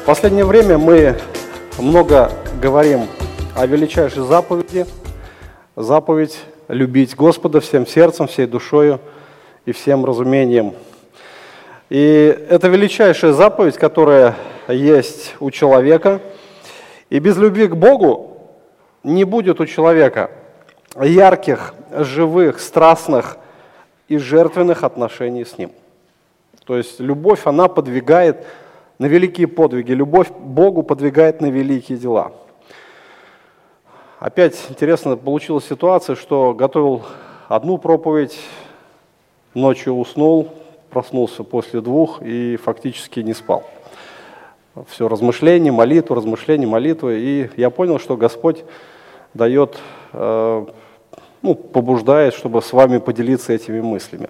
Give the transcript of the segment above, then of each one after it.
последнее время мы много говорим о величайшей заповеди. Заповедь любить Господа всем сердцем, всей душою и всем разумением. И это величайшая заповедь, которая есть у человека. И без любви к Богу не будет у человека ярких, живых, страстных и жертвенных отношений с Ним. То есть любовь, она подвигает на великие подвиги, любовь к Богу подвигает на великие дела. Опять интересно получилась ситуация, что готовил одну проповедь, ночью уснул, проснулся после 2 и фактически не спал. Все размышления, молитвы, и я понял, что Господь дает, побуждает, чтобы с вами поделиться этими мыслями.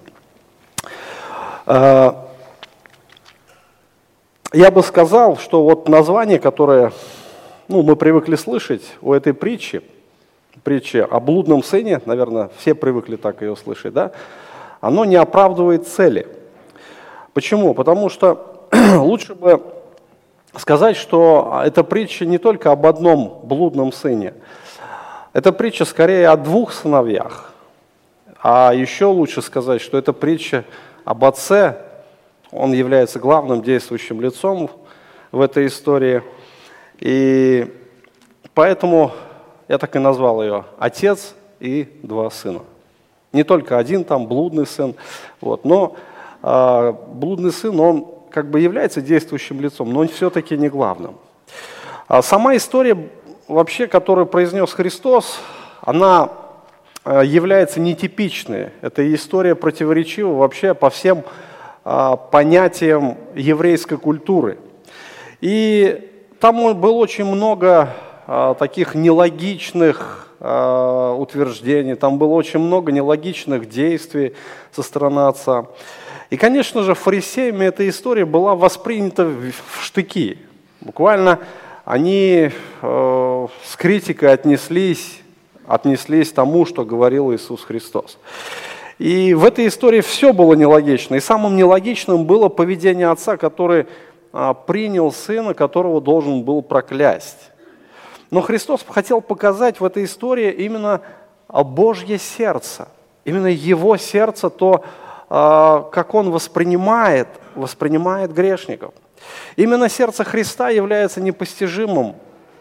Я бы сказал, что вот название, которое мы привыкли слышать у этой притчи о блудном сыне, наверное, все привыкли так ее слышать, да, оно не оправдывает цели. Почему? Потому что лучше бы сказать, что эта притча не только об одном блудном сыне, это притча скорее о 2 сыновьях, а еще лучше сказать, что это притча об отце. Он является главным действующим лицом в этой истории. И поэтому я так и назвал ее «Отец и 2 сына». Не только один там блудный сын, но блудный сын, он как бы является действующим лицом, но он все-таки не главным. Сама история, вообще, которую произнес Христос, она является нетипичной. Это история противоречива вообще по всем понятиям еврейской культуры. И там было очень много таких нелогичных утверждений, там было очень много нелогичных действий со стороны отца. И, конечно же, фарисеями эта история была воспринята в штыки. Буквально они с критикой отнеслись тому, что говорил Иисус Христос. И в этой истории все было нелогично. И самым нелогичным было поведение отца, который принял сына, которого должен был проклясть. Но Христос хотел показать в этой истории именно Божье сердце, именно Его сердце, то, как Он воспринимает грешников. Именно сердце Христа является непостижимым,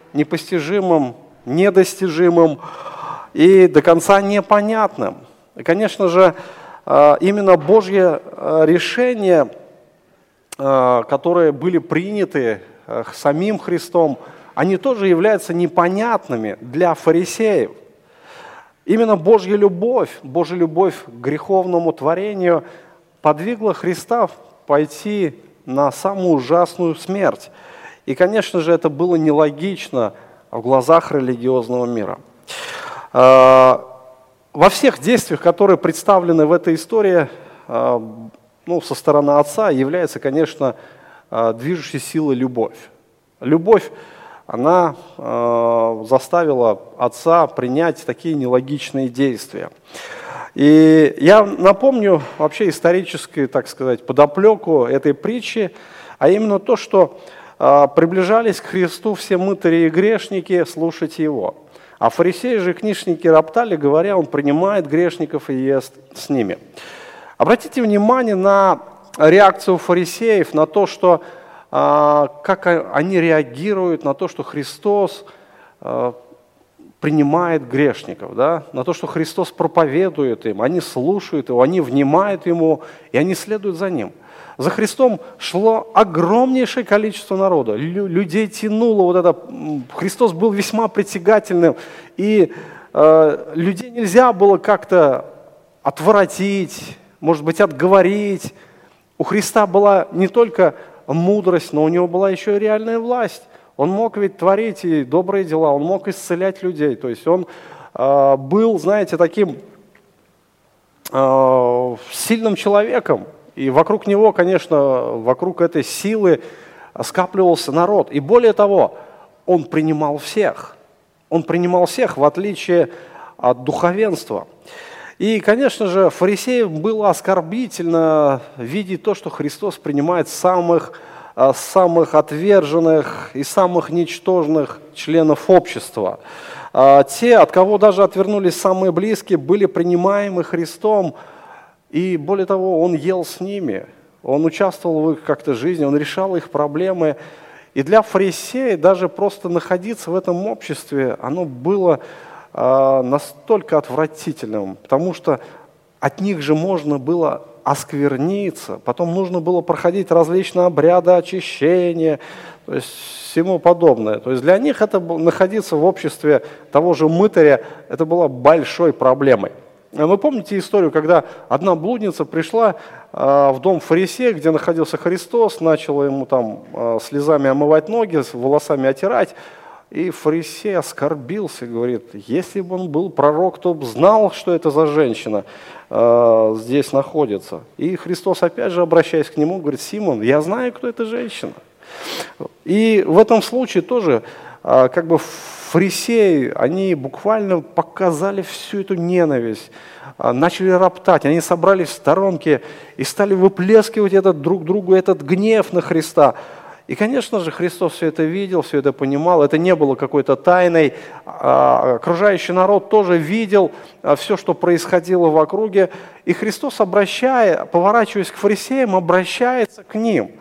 недостижимым и до конца непонятным. И, конечно же, именно Божье решения, которые были приняты самим Христом, они тоже являются непонятными для фарисеев. Именно Божья любовь к греховному творению подвигла Христа пойти на самую ужасную смерть. И, конечно же, это было нелогично в глазах религиозного мира. Во всех действиях, которые представлены в этой истории, со стороны отца, является, конечно, движущей силой любовь. Любовь, она заставила отца принять такие нелогичные действия. И я напомню вообще историческую, так сказать, подоплеку этой притчи, а именно то, что приближались к Христу все мытари и грешники слушать Его. А фарисеи же, книжники роптали, говоря, Он принимает грешников и ест с ними. Обратите внимание на реакцию фарисеев, на то, что, как они реагируют на то, что Христос принимает грешников, да? На то, что Христос проповедует им, они слушают Его, они внимают Ему, и они следуют за Ним. За Христом шло огромнейшее количество народа, людей тянуло Христос был весьма притягательным, и людей нельзя было как-то отворотить, может быть, отговорить. У Христа была не только мудрость, но у Него была еще и реальная власть. Он мог ведь творить и добрые дела, Он мог исцелять людей, то есть Он был, знаете, таким сильным человеком. И вокруг него, конечно, вокруг этой силы скапливался народ. И более того, он принимал всех. Он принимал всех, в отличие от духовенства. И, конечно же, фарисеям было оскорбительно видеть то, что Христос принимает самых самых отверженных и самых ничтожных членов общества. Те, от кого даже отвернулись самые близкие, были принимаемы Христом, и более того, Он ел с ними, Он участвовал в их как-то жизни, Он решал их проблемы. И для фарисея даже просто находиться в этом обществе, оно было настолько отвратительным, потому что от них же можно было оскверниться, потом нужно было проходить различные обряды очищения, то есть всему подобное. То есть для них это находиться в обществе того же мытаря, это было большой проблемой. Вы помните историю, когда одна блудница пришла в дом фарисея, где находился Христос, начала ему там слезами омывать ноги, волосами отирать, и фарисей оскорбился, говорит, если бы он был пророк, то бы знал, что это за женщина здесь находится. И Христос, опять же, обращаясь к нему, говорит, Симон, я знаю, кто эта женщина. И в этом случае тоже как бы фарисеи, они буквально показали всю эту ненависть, начали роптать, они собрались в сторонке и стали выплескивать друг другу этот гнев на Христа. И, конечно же, Христос все это видел, все это понимал, это не было какой-то тайной. Окружающий народ тоже видел все, что происходило в округе. И Христос, поворачиваясь к фарисеям, обращается к ним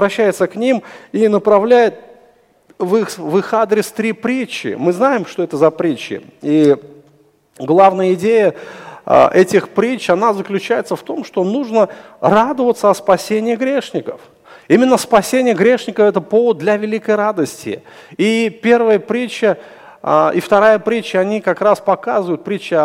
и направляет в их адрес 3 притчи. Мы знаем, что это за притчи. И главная идея этих притч, она заключается в том, что нужно радоваться о спасении грешников. Именно спасение грешников – это повод для великой радости. И первая притча и вторая притча, они как раз показывают, притча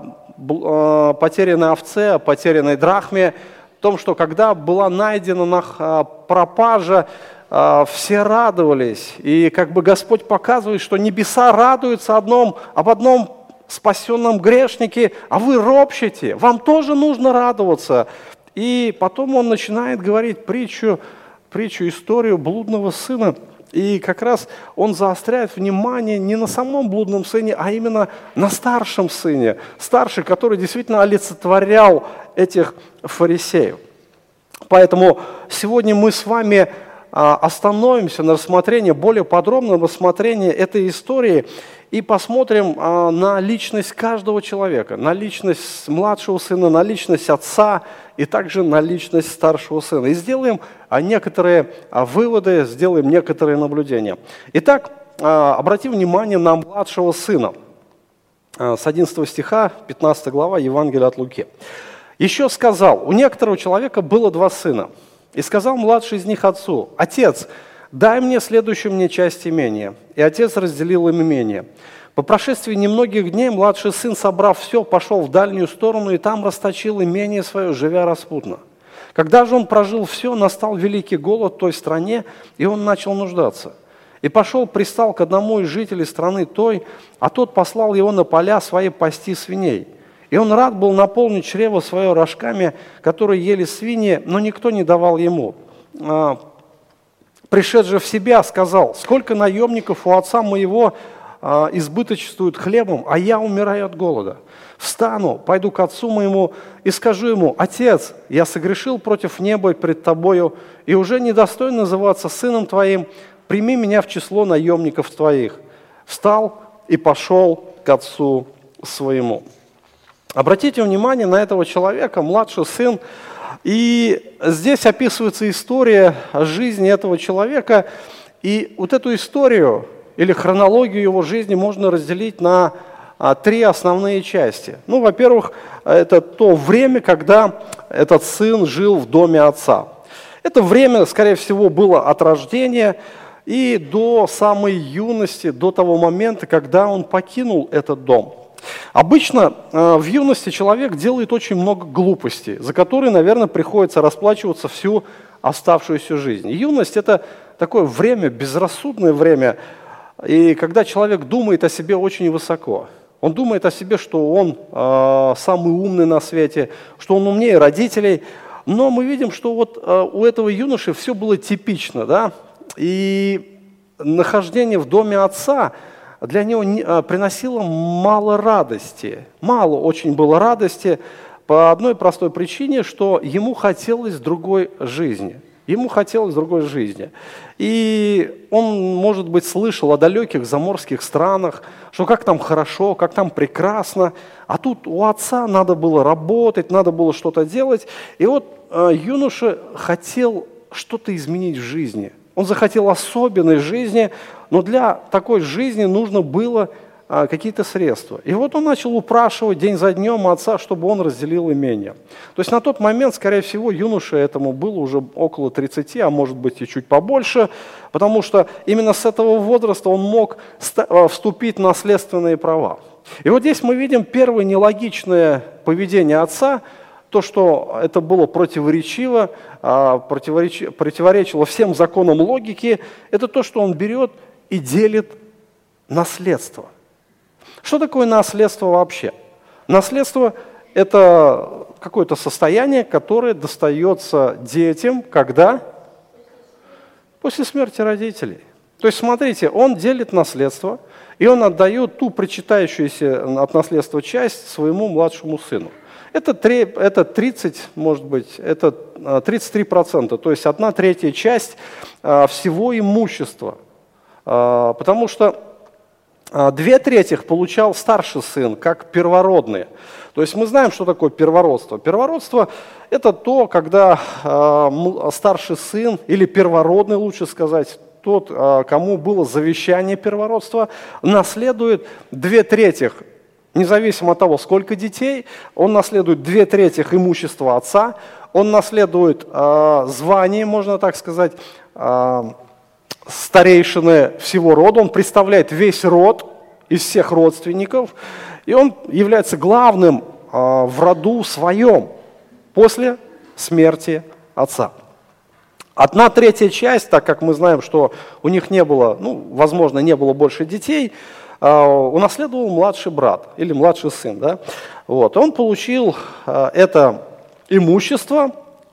о потерянной овце, о потерянной драхме, в том, что когда была найдена пропажа, все радовались. И как бы Господь показывает, что небеса радуются об одном спасенном грешнике, а вы ропщете, вам тоже нужно радоваться. И потом он начинает говорить притчу, историю блудного сына. И как раз он заостряет внимание не на самом блудном сыне, а именно на старшем сыне. Старший, который действительно олицетворял этих фарисеев. Поэтому сегодня мы с вами остановимся на рассмотрении, более подробном рассмотрении этой истории и посмотрим на личность каждого человека, на личность младшего сына, на личность отца и также на личность старшего сына. И сделаем некоторые выводы, сделаем некоторые наблюдения. Итак, обратим внимание на младшего сына. С 11 стиха, 15 глава Евангелия от Луки. «Еще сказал, у некоторого человека было 2 сына. И сказал младший из них отцу, «Отец, дай мне следующую мне часть имения». И отец разделил им имение. По прошествии немногих дней младший сын, собрав все, пошел в дальнюю сторону и там расточил имение свое, живя распутно. Когда же он прожил все, настал великий голод в той стране, и он начал нуждаться. И пошел, пристал к одному из жителей страны той, а тот послал его на поля свои пасти свиней. И он рад был наполнить чрево свое рожками, которые ели свиньи, но никто не давал ему. Пришед же в себя, сказал, сколько наемников у отца моего избыточествуют хлебом, а я умираю от голода. Встану, пойду к отцу моему и скажу ему, отец, я согрешил против неба пред тобою, и уже недостоин называться сыном твоим, прими меня в число наемников твоих. Встал и пошел к отцу своему». Обратите внимание на этого человека, младший сын, и здесь описывается история жизни этого человека, и вот эту историю или хронологию его жизни можно разделить на 3 основные части. Ну, во-первых, это то время, когда этот сын жил в доме отца. Это время, скорее всего, было от рождения и до самой юности, до того момента, когда он покинул этот дом. Обычно в юности человек делает очень много глупостей, за которые, наверное, приходится расплачиваться всю оставшуюся жизнь. Юность – это такое время, безрассудное время, и когда человек думает о себе очень высоко. Он думает о себе, что он самый умный на свете, что он умнее родителей. Но мы видим, что вот у этого юноши все было типично, да? И нахождение в доме отца для него приносило мало радости. Мало очень было радости по одной простой причине, что ему хотелось другой жизни. Ему хотелось другой жизни. И он, может быть, слышал о далеких заморских странах, что как там хорошо, как там прекрасно. А тут у отца надо было работать, надо было что-то делать. И вот юноша хотел что-то изменить в жизни. Он захотел особенной жизни, но для такой жизни нужно было какие-то средства. И вот он начал упрашивать день за днем отца, чтобы он разделил имение. То есть на тот момент, скорее всего, юноше этому было уже около 30, а может быть и чуть побольше, потому что именно с этого возраста он мог вступить в наследственные права. И вот здесь мы видим первое нелогичное поведение отца, то, что это было противоречиво, противоречило всем законам логики, это то, что он берет и делит наследство. Что такое наследство вообще? Наследство – это какое-то состояние, которое достается детям, когда? После смерти родителей. То есть, смотрите, он делит наследство, и он отдает ту причитающуюся от наследства часть своему младшему сыну. Это 30, может быть, это 33%, то есть 1/3 часть всего имущества. Потому что 2/3 получал старший сын, как первородные. То есть мы знаем, что такое первородство. Первородство – это то, когда старший сын, или первородный, лучше сказать, тот, кому было завещание первородства, наследует 2/3, независимо от того, сколько детей, он наследует 2/3 имущества отца, он наследует звание, можно так сказать, старейшины всего рода, он представляет весь род из всех родственников, и он является главным в роду своем после смерти отца. 1/3 часть, так как мы знаем, что у них не было, возможно, не было больше детей, унаследовал младший брат или младший сын. Да? Вот. Он получил это имущество,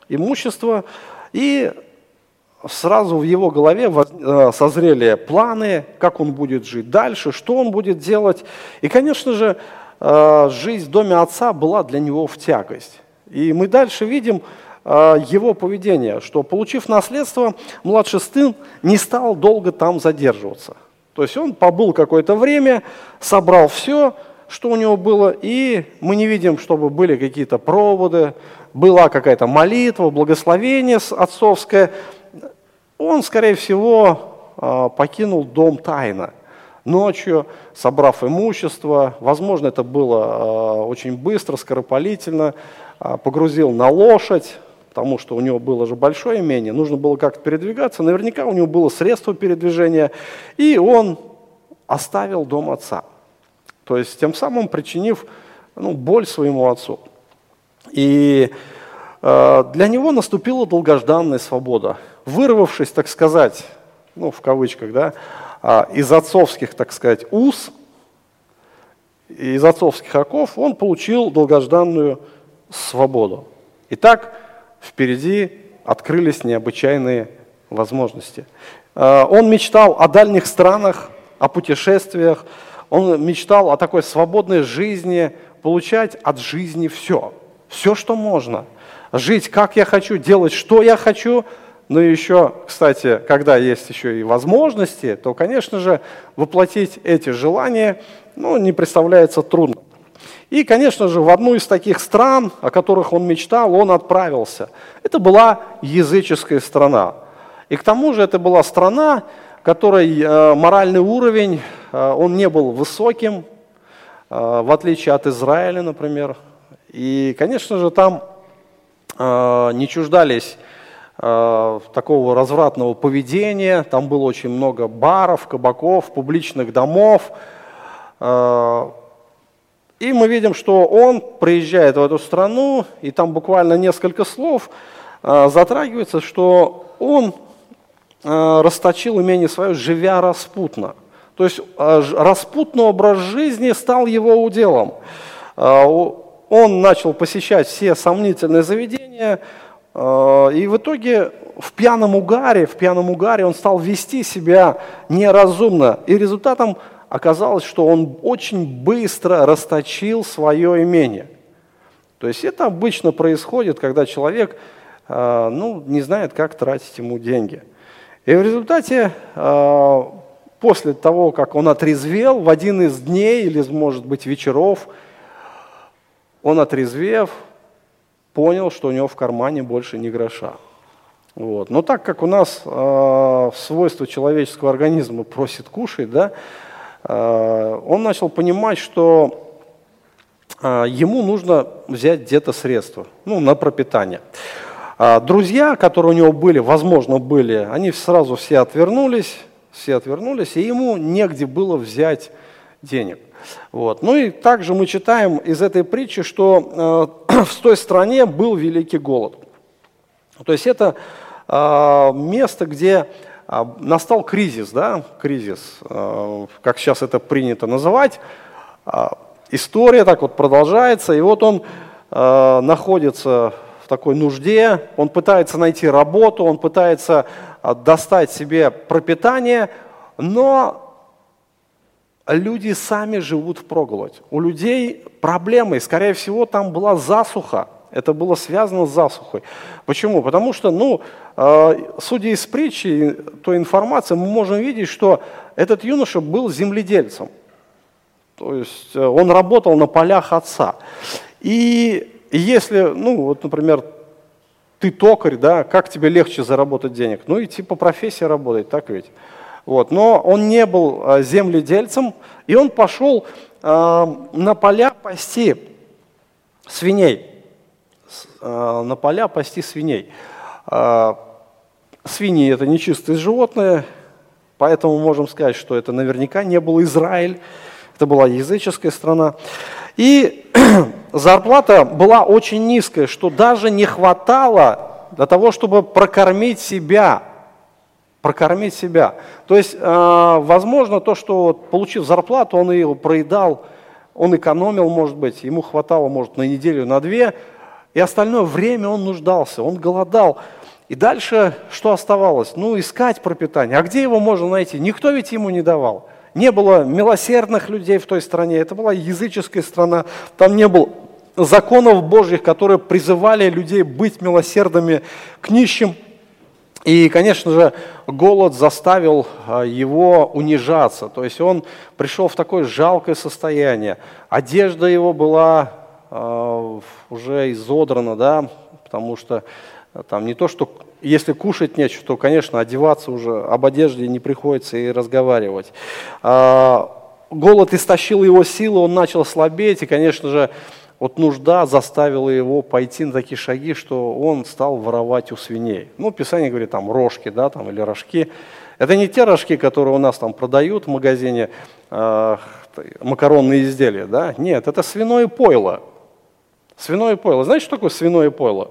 и сразу в его голове созрели планы, как он будет жить дальше, что он будет делать. И, конечно же, жизнь в доме отца была для него в тягость. И мы дальше видим его поведение, что, получив наследство, младший сын не стал долго там задерживаться. То есть он побыл какое-то время, собрал все, что у него было, и мы не видим, чтобы были какие-то проводы, была какая-то молитва, благословение отцовское. Он, скорее всего, покинул дом тайно, ночью, собрав имущество. Возможно, это было очень быстро, скоропалительно. Погрузил на лошадь, потому что у него было же большое имение, нужно было как-то передвигаться. Наверняка у него было средство передвижения, и он оставил дом отца. То есть тем самым причинив боль своему отцу. И для него наступила долгожданная свобода. Вырвавшись, так сказать, в кавычках, да, из отцовских, так сказать, уз, из отцовских оков, он получил долгожданную свободу. Итак, впереди открылись необычайные возможности. Он мечтал о дальних странах, о путешествиях, он мечтал о такой свободной жизни, получать от жизни все, что можно. Жить, как я хочу, делать, что я хочу. Но еще, кстати, когда есть еще и возможности, то, конечно же, воплотить эти желания не представляется трудно. И, конечно же, в одну из таких стран, о которых он мечтал, он отправился. Это была языческая страна. И к тому же это была страна, которой моральный уровень, он не был высоким, в отличие от Израиля, например. И, конечно же, там не чуждались такого развратного поведения, там было очень много баров, кабаков, публичных домов. И мы видим, что он приезжает в эту страну, и там буквально несколько слов затрагивается, что он расточил имение свое, живя распутно. То есть распутный образ жизни стал его уделом. Он начал посещать все сомнительные заведения, и в итоге в пьяном угаре он стал вести себя неразумно. И результатом оказалось, что он очень быстро расточил свое имение. То есть это обычно происходит, когда человек не знает, как тратить ему деньги. И в результате, после того, как он отрезвел, в один из дней или, может быть, вечеров, он, отрезвев, понял, что у него в кармане больше ни гроша. Вот. Но так как у нас свойство человеческого организма просит кушать, да, он начал понимать, что ему нужно взять где-то средства, на пропитание. Друзья, которые у него были, возможно, были, они сразу все отвернулись, и ему негде было взять денег. Вот. Ну и также мы читаем из этой притчи, что в той стране был великий голод. То есть это место, где настал кризис, да, как сейчас это принято называть. История так вот продолжается, и вот он находится в такой нужде, он пытается найти работу, он пытается достать себе пропитание, но люди сами живут впроголодь. У людей проблемы, и, скорее всего, там была засуха. Это было связано с засухой. Почему? Потому что, судя из притчи, той информации, мы можем видеть, что этот юноша был земледельцем. То есть он работал на полях отца. И если, например, ты токарь, да, как тебе легче заработать денег? Идти по профессии работать, так ведь? Вот. Но он не был земледельцем, и он пошел на поля пасти свиней. Свиньи – это нечистые животные, поэтому можем сказать, что это наверняка не был Израиль, это была языческая страна. И зарплата была очень низкая, что даже не хватало для того, чтобы прокормить себя. То есть, возможно, то, что получив зарплату, он ее проедал, он экономил, может быть, ему хватало, может, на неделю, на две, и остальное время он нуждался, он голодал. И дальше что оставалось? Искать пропитание. А где его можно найти? Никто ведь ему не давал. Не было милосердных людей в той стране, это была языческая страна, там не было законов Божьих, которые призывали людей быть милосердными к нищим. И, конечно же, голод заставил его унижаться, то есть он пришел в такое жалкое состояние. Одежда его была уже изодрана, да, потому что там не то, что если кушать нечего, то, конечно, одеваться уже об одежде не приходится и разговаривать. Голод истощил его силы, он начал слабеть, и, конечно же, нужда заставила его пойти на такие шаги, что он стал воровать у свиней. Писание говорит, там, рожки, да, там, или рожки. Это не те рожки, которые у нас там продают в магазине, макаронные изделия, да? Нет, это свиное пойло. Свиное пойло. Знаете, что такое свиное пойло?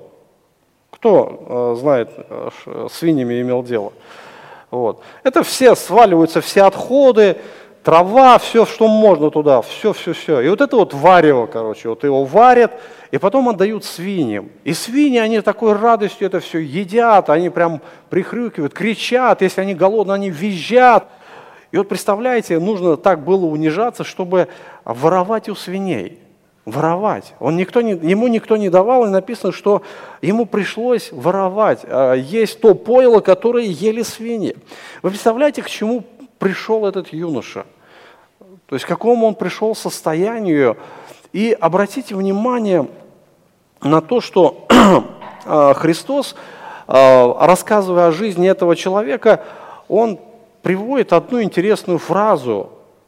Кто знает, с свиньями имел дело? Вот. Это сваливаются все отходы, трава, все, что можно туда, все. И вот это варево, его варят, и потом отдают свиньям. И свиньи, они такой радостью это все едят, они прям прихрюкивают, кричат, если они голодны, они визжат. И представляете, нужно так было унижаться, чтобы воровать у свиней. Воровать. Ему никто не давал, и написано, что ему пришлось воровать, есть то пойло, которое ели свиньи. Вы представляете, к чему пришел этот юноша? То есть к какому он пришел состоянию? И обратите внимание на то, что Христос, рассказывая о жизни этого человека, он приводит одну интересную фразу,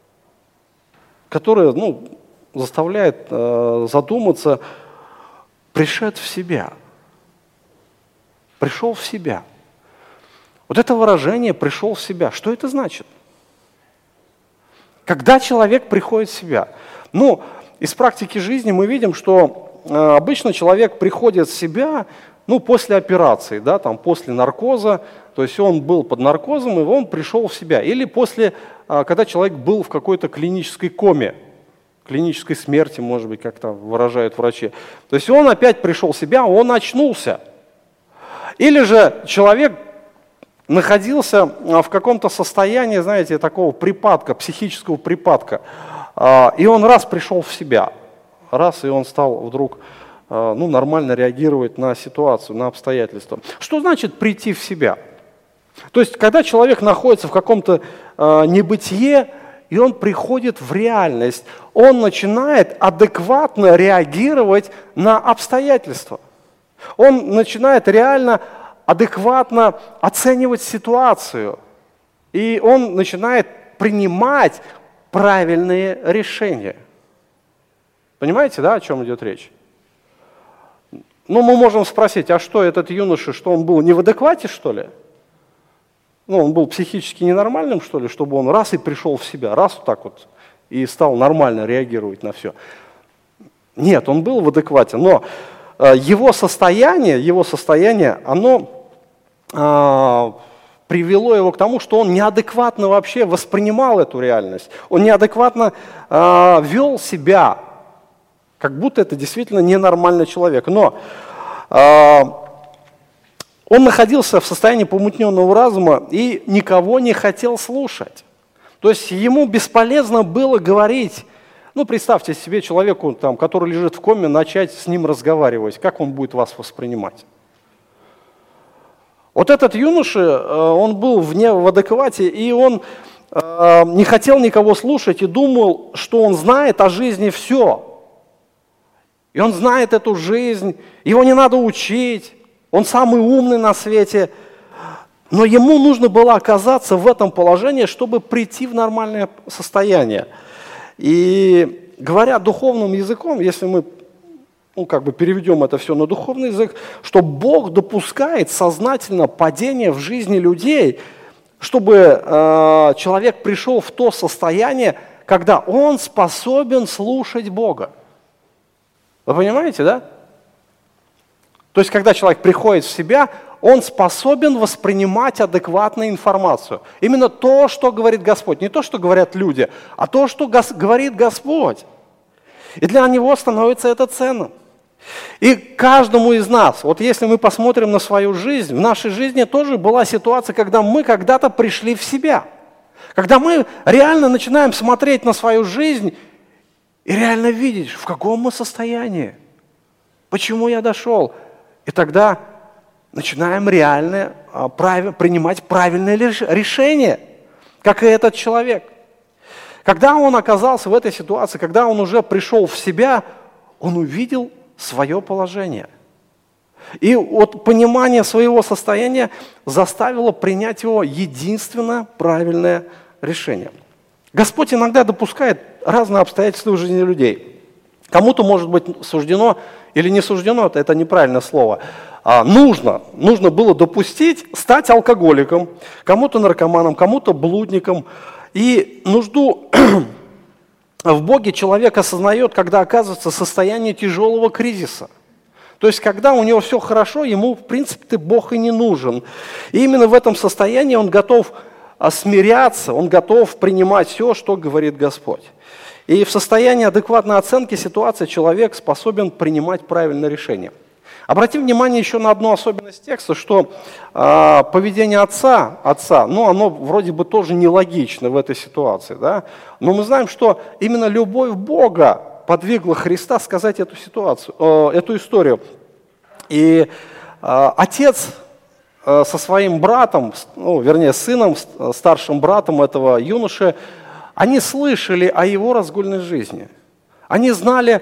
которая, заставляет задуматься, пришел в себя. Пришел в себя. Вот это выражение «пришел в себя», что это значит? Когда человек приходит в себя? Из практики жизни мы видим, что обычно человек приходит в себя, после операции, да, там, после наркоза, то есть он был под наркозом, и он пришел в себя. Или когда человек был в какой-то клинической коме, клинической смерти, может быть, как-то выражают врачи. То есть он опять пришел в себя, он очнулся. Или же человек находился в каком-то состоянии, знаете, такого припадка, психического припадка, и он раз пришел в себя, и он стал вдруг нормально реагировать на ситуацию, на обстоятельства. Что значит прийти в себя? То есть, когда человек находится в каком-то небытие, и он приходит в реальность, он начинает адекватно реагировать на обстоятельства. Он начинает реально адекватно оценивать ситуацию. И он начинает принимать правильные решения. Понимаете, да, о чем идет речь? Мы можем спросить, а что этот юноша, что он был не в адеквате, что ли? Он был психически ненормальным, что ли, чтобы он раз и пришел в себя, раз вот так вот, и стал нормально реагировать на все. Нет, он был в адеквате, но его состояние, оно привело его к тому, что он неадекватно вообще воспринимал эту реальность. Он неадекватно вел себя, как будто это действительно ненормальный человек. Но он находился в состоянии помутненного разума и никого не хотел слушать. То есть ему бесполезно было говорить. Представьте себе человеку, который лежит в коме, начать с ним разговаривать. Как он будет вас воспринимать? Вот этот юноша, он был в адеквате, и он не хотел никого слушать и думал, что он знает о жизни все. И он знает эту жизнь, его не надо учить. Он самый умный на свете, но ему нужно было оказаться в этом положении, чтобы прийти в нормальное состояние. И говоря духовным языком, если мы переведем это все на духовный язык, что Бог допускает сознательно падение в жизни людей, чтобы человек пришел в то состояние, когда он способен слушать Бога. Вы понимаете, да? То есть, когда человек приходит в себя, он способен воспринимать адекватную информацию. Именно то, что говорит Господь. Не то, что говорят люди, а то, что говорит Господь. И для него становится это ценным. И каждому из нас, вот если мы посмотрим на свою жизнь, в нашей жизни тоже была ситуация, когда мы когда-то пришли в себя. Когда мы реально начинаем смотреть на свою жизнь и реально видеть, в каком мы состоянии. Почему я дошел? И тогда начинаем реально принимать правильные решения, как и этот человек. Когда он оказался в этой ситуации, когда он уже пришел в себя, он увидел свое положение. И вот понимание своего состояния заставило принять его единственно правильное решение. Господь иногда допускает разные обстоятельства в жизни людей. Кому-то, может быть, суждено или не суждено, это неправильное слово, нужно было допустить стать алкоголиком, кому-то наркоманом, кому-то блудником. И нужду в Боге человек осознает, когда оказывается в состоянии тяжелого кризиса. То есть, когда у него все хорошо, ему, в принципе, Бог и не нужен. И именно в этом состоянии он готов смиряться, он готов принимать все, что говорит Господь. И в состоянии адекватной оценки ситуации человек способен принимать правильное решение. Обратим внимание еще на одну особенность текста, что поведение отца, оно вроде бы тоже нелогично в этой ситуации. Да? Но мы знаем, что именно любовь Бога подвигла Христа сказать эту историю. И отец со своим братом, сыном, старшим братом этого юноши, они слышали о его разгульной жизни. Они знали,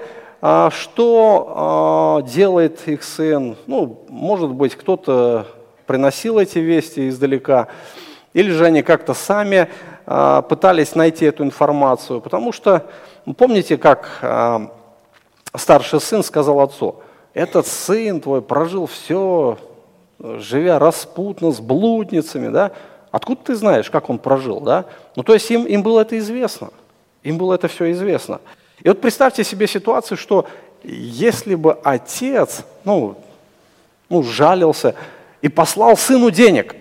что делает их сын. Может быть, кто-то приносил эти вести издалека, или же они как-то сами пытались найти эту информацию. Потому что, помните, как старший сын сказал отцу: этот сын твой прожил все, живя распутно, с блудницами, да? Откуда ты знаешь, как он прожил, да? То есть им было это известно, им было это все известно. И вот представьте себе ситуацию, что если бы отец, жалился и послал сыну денег,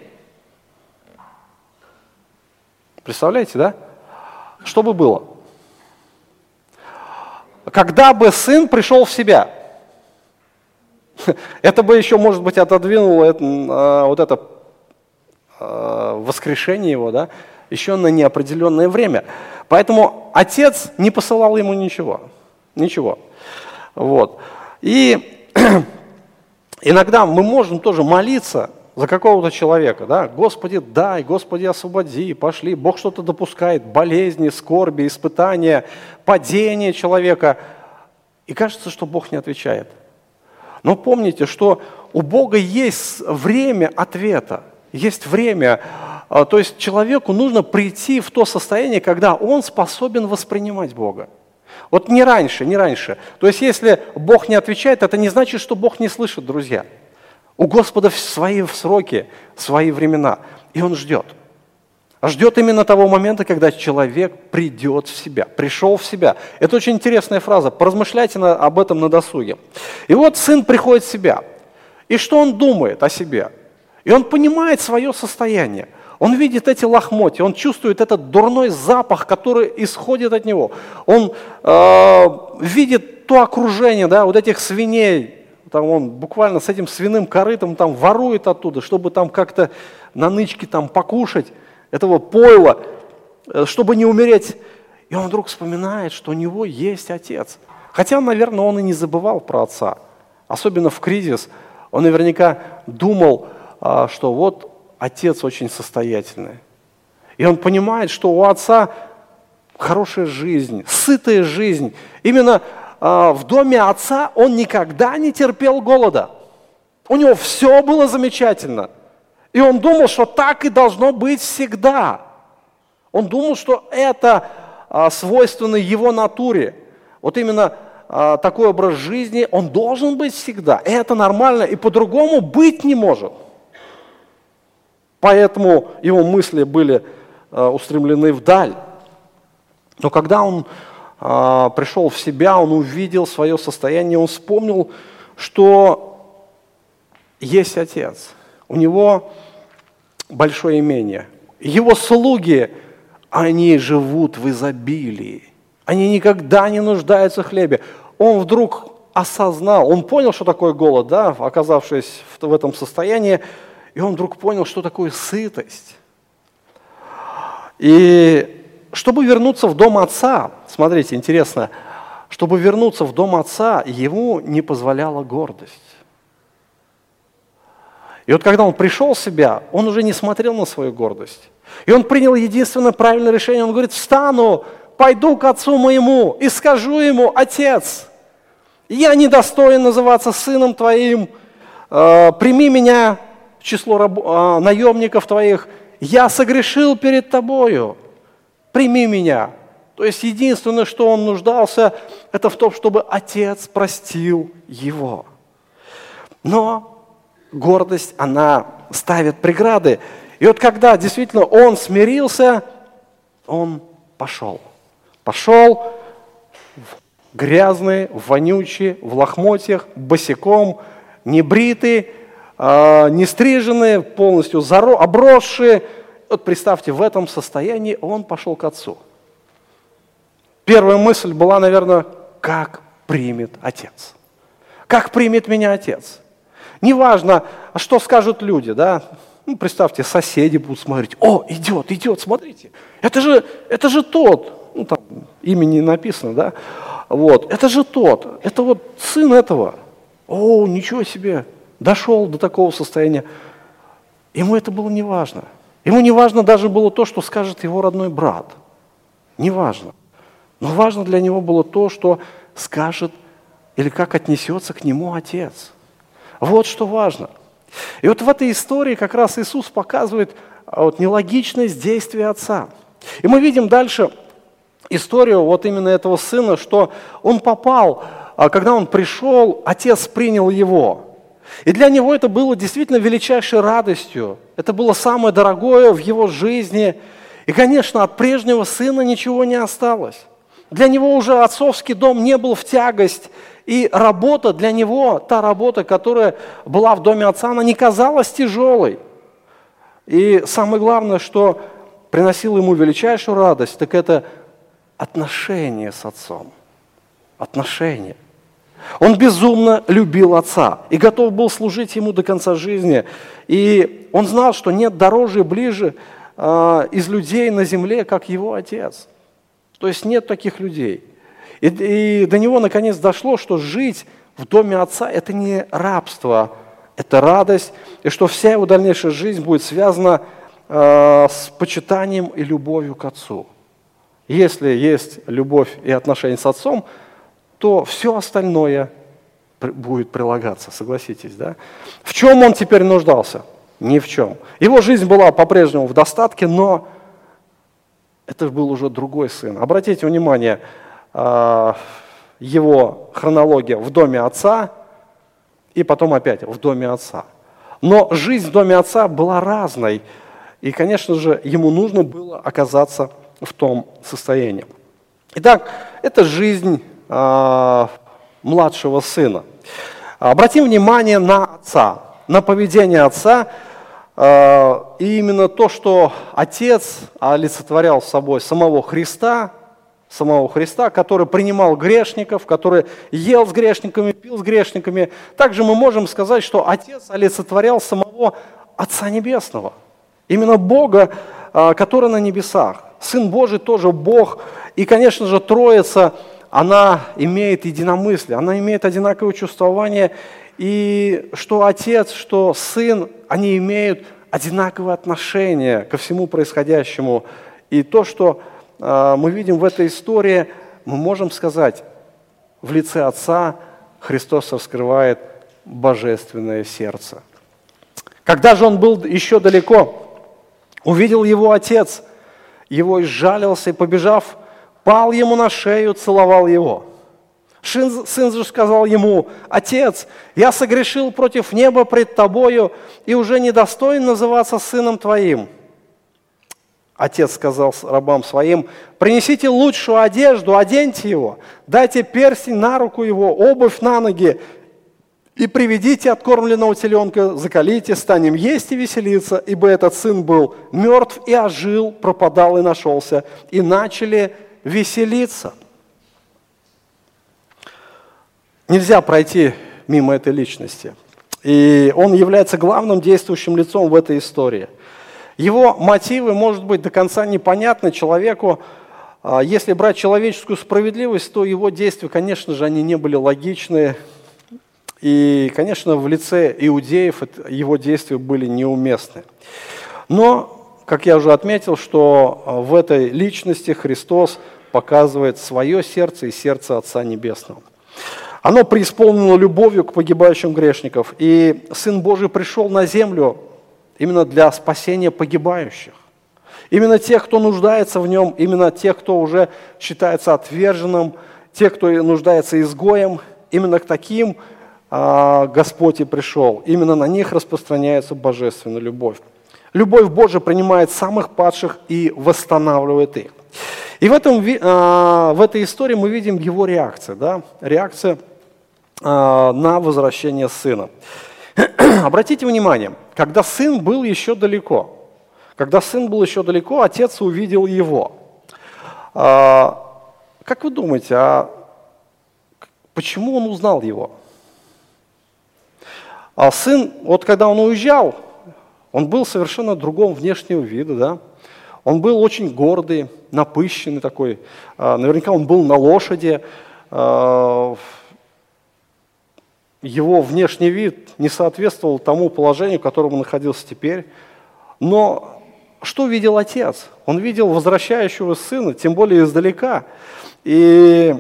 представляете, да? Что бы было? Когда бы сын пришел в себя, это бы еще, может быть, отодвинуло вот это воскрешение его, да, еще на неопределенное время. Поэтому отец не посылал ему ничего. Вот. И иногда мы можем тоже молиться за какого-то человека, да, Господи, дай, Господи, освободи, пошли. Бог что-то допускает, болезни, скорби, испытания, падение человека. И кажется, что Бог не отвечает. Но помните, что у Бога есть время ответа, есть время. То есть человеку нужно прийти в то состояние, когда он способен воспринимать Бога. Вот не раньше, не раньше. То есть если Бог не отвечает, это не значит, что Бог не слышит, друзья. У Господа свои сроки, свои времена, и Он ждет. Ждет именно того момента, когда человек придет в себя, пришел в себя. Это очень интересная фраза, поразмышляйте об этом на досуге. И вот сын приходит в себя, и что он думает о себе? И он понимает свое состояние. Он видит эти лохмотья, он чувствует этот дурной запах, который исходит от него. Он видит то окружение, да, вот этих свиней. Там он буквально с этим свиным корытом там ворует оттуда, чтобы там как-то на нычке там покушать этого пойла, чтобы не умереть. И он вдруг вспоминает, что у него есть отец. Хотя, наверное, он и не забывал про отца. Особенно в кризис он наверняка думал, что вот отец очень состоятельный. И он понимает, что у отца хорошая жизнь, сытая жизнь. Именно в доме отца он никогда не терпел голода. У него все было замечательно. И он думал, что так и должно быть всегда. Он думал, что это свойственно его натуре. Вот именно такой образ жизни, он должен быть всегда. И это нормально, и по-другому быть не может. Поэтому его мысли были устремлены вдаль. Но когда он пришел в себя, он увидел свое состояние, он вспомнил, что есть отец. У него большое имение. Его слуги, они живут в изобилии. Они никогда не нуждаются в хлебе. Он вдруг осознал, он понял, что такое голод, да, оказавшись в этом состоянии, и он вдруг понял, что такое сытость. И чтобы вернуться в дом отца, смотрите, интересно, чтобы вернуться в дом отца, ему не позволяла гордость. И вот когда он пришел в себя, он уже не смотрел на свою гордость. И он принял единственное правильное решение. Он говорит: встану, пойду к отцу моему и скажу ему: отец, я недостоин называться сыном твоим, прими меня в число наемников твоих, я согрешил перед тобою. Прими меня. То есть единственное, что он нуждался, это в том, чтобы отец простил его. Но гордость, она ставит преграды. И вот когда действительно он смирился, он пошел. Пошел грязный, вонючий, в лохмотьях, босиком, небритый, не стриженный, полностью обросший. Вот представьте, в этом состоянии он пошел к отцу. Первая мысль была, наверное, как примет отец? Как примет меня отец? Неважно, что скажут люди, да? Ну, представьте, соседи будут смотреть: о, идет, смотрите, это же тот, ну, там имя не написано, да? Вот, это же тот, это вот сын этого. О, ничего себе, дошел до такого состояния. Ему это было не важно. Ему не важно даже было то, что скажет его родной брат. Не важно. Но важно для него было то, что скажет или как отнесется к нему отец. Вот что важно. И вот в этой истории как раз Иисус показывает вот нелогичность действия отца. И мы видим дальше историю вот именно этого сына, что он попал, когда он пришел, отец принял его. И для него это было действительно величайшей радостью. Это было самое дорогое в его жизни. И, конечно, от прежнего сына ничего не осталось. Для него уже отцовский дом не был в тягость. И работа для него, та работа, которая была в доме отца, она не казалась тяжелой. И самое главное, что приносило ему величайшую радость, так это отношения с отцом. Отношения. Он безумно любил отца и готов был служить ему до конца жизни. И он знал, что нет дороже и ближе из людей на земле, как его отец. То есть нет таких людей. И до него наконец дошло, что жить в доме отца – это не рабство, это радость, и что вся его дальнейшая жизнь будет связана с почитанием и любовью к отцу. Если есть любовь и отношения с отцом, то все остальное будет прилагаться, согласитесь, да? В чем он теперь нуждался? Ни в чем. Его жизнь была по-прежнему в достатке, но это был уже другой сын. Обратите внимание, его хронология в доме отца и потом опять в доме отца. Но жизнь в доме отца была разной, и, конечно же, ему нужно было оказаться в том состоянии. Итак, это жизнь младшего сына. Обратим внимание на отца, на поведение отца, и именно то, что отец олицетворял собой самого Христа, который принимал грешников, который ел с грешниками, пил с грешниками. Также мы можем сказать, что отец олицетворял самого Отца Небесного, именно Бога, который на небесах. Сын Божий тоже Бог, и, конечно же, Троица, она имеет единомыслие, она имеет одинаковое чувствование, и что Отец, что Сын, они имеют одинаковое отношение ко всему происходящему. И то, что мы видим в этой истории, мы можем сказать, в лице Отца Христос раскрывает божественное сердце. Когда же он был еще далеко, увидел его Отец, его изжалился и, побежав, пал ему на шею, целовал его. Сын же сказал ему: «Отец, я согрешил против неба пред тобою и уже недостоин называться сыном твоим». Отец сказал рабам своим: «Принесите лучшую одежду, оденьте его, дайте перстень на руку его, обувь на ноги, и приведите откормленного теленка, заколите, станем есть и веселиться, ибо этот сын был мертв и ожил, пропадал и нашелся». И начали веселиться. Нельзя пройти мимо этой личности. И он является главным действующим лицом в этой истории. Его мотивы, может быть, до конца непонятны человеку. Если брать человеческую справедливость, то его действия, конечно же, они не были логичны. И, конечно, в лице иудеев его действия были неуместны. Но, как я уже отметил, что в этой личности Христос показывает свое сердце и сердце Отца Небесного. Оно преисполнено любовью к погибающим грешникам. И Сын Божий пришел на землю именно для спасения погибающих. Именно тех, кто нуждается в Нем, именно тех, кто уже считается отверженным, тех, кто нуждается изгоем, именно к таким Господь и пришел. Именно на них распространяется божественная любовь. Любовь Божия принимает самых падших и восстанавливает их. И в этой истории мы видим его реакцию, да? Реакция на возвращение сына. Обратите внимание, когда сын был еще далеко, отец увидел его. Как вы думаете, почему он узнал его? Сын, вот когда он уезжал, он был совершенно другого внешнего вида, да? Он был очень гордый, напыщенный такой. Наверняка он был на лошади. Его внешний вид не соответствовал тому положению, в котором он находился теперь. Но что видел отец? Он видел возвращающего сына, тем более издалека. И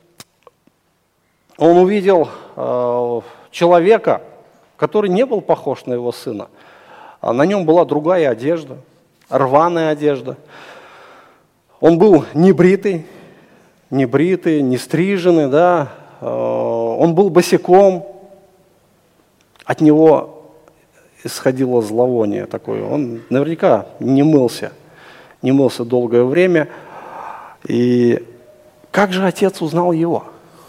он увидел человека, который не был похож на его сына. На нем была другая одежда, рваная одежда. Он был не бритый, не стриженный, да. Он был босиком. От него исходило зловоние такое. Он наверняка не мылся долгое время. И как же отец узнал его?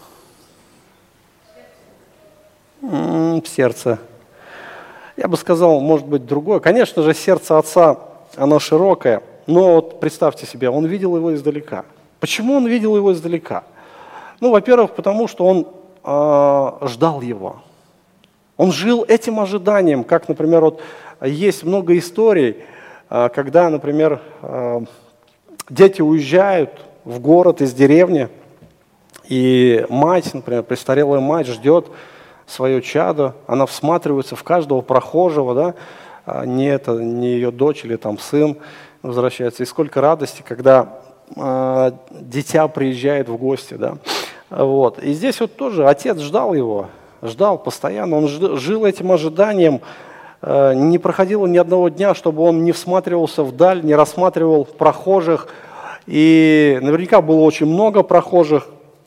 В сердце. Я бы сказал, может быть, другое. Конечно же, сердце отца, оно широкое, но вот представьте себе, он видел его издалека. Почему он видел его издалека? Ну, во-первых, потому что он ждал его. Он жил этим ожиданием, как, например, вот есть много историй, когда, например, дети уезжают в город из деревни, И мать, например, престарелая мать ждет свое чадо, она всматривается в каждого прохожего, да, не ее дочь или там сын возвращается. И сколько радости, когда дитя приезжает в гости, да. Вот. И здесь вот тоже отец ждал его, ждал постоянно, он жил этим ожиданием, не проходило ни одного дня, чтобы он не всматривался вдаль, не рассматривал прохожих, и наверняка было очень много прохожих,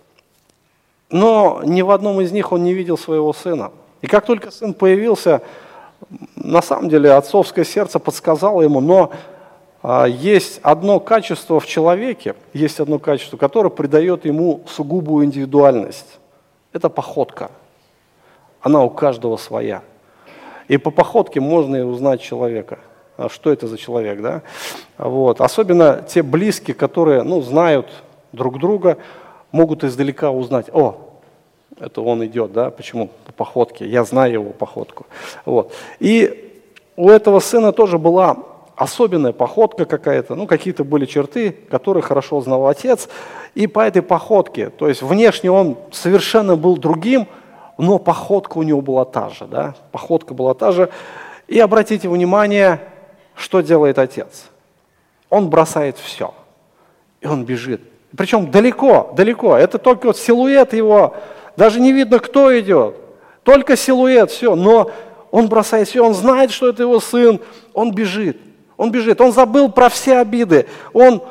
но ни в одном из них он не видел своего сына. И как только сын появился, на самом деле отцовское сердце подсказало ему, но есть одно качество в человеке, есть одно качество, которое придает ему сугубую индивидуальность. Это походка. Она у каждого своя. И по походке можно и узнать человека. Что это за человек, да? Вот. Особенно те близкие, которые, знают друг друга, могут издалека узнать: о, это он идет, да? Почему? По походке. Я знаю его походку. Вот. И у этого сына тоже была особенная походка какая-то, какие-то были черты, которые хорошо знал отец. И по этой походке, то есть внешне он совершенно был другим, но походка у него была та же, да? Походка была та же. И обратите внимание, что делает отец. Он бросает все, и он бежит. Причем далеко, далеко. Это только вот силуэт его, даже не видно, кто идет. Только силуэт, все. Но он бросает все, он знает, что это его сын, он бежит. Он бежит, он забыл про все обиды, он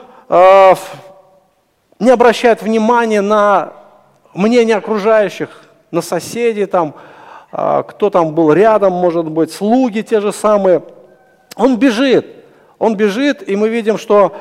не обращает внимания на мнение окружающих, на соседей, там, кто там был рядом, может быть, слуги те же самые. Он бежит, и мы видим, что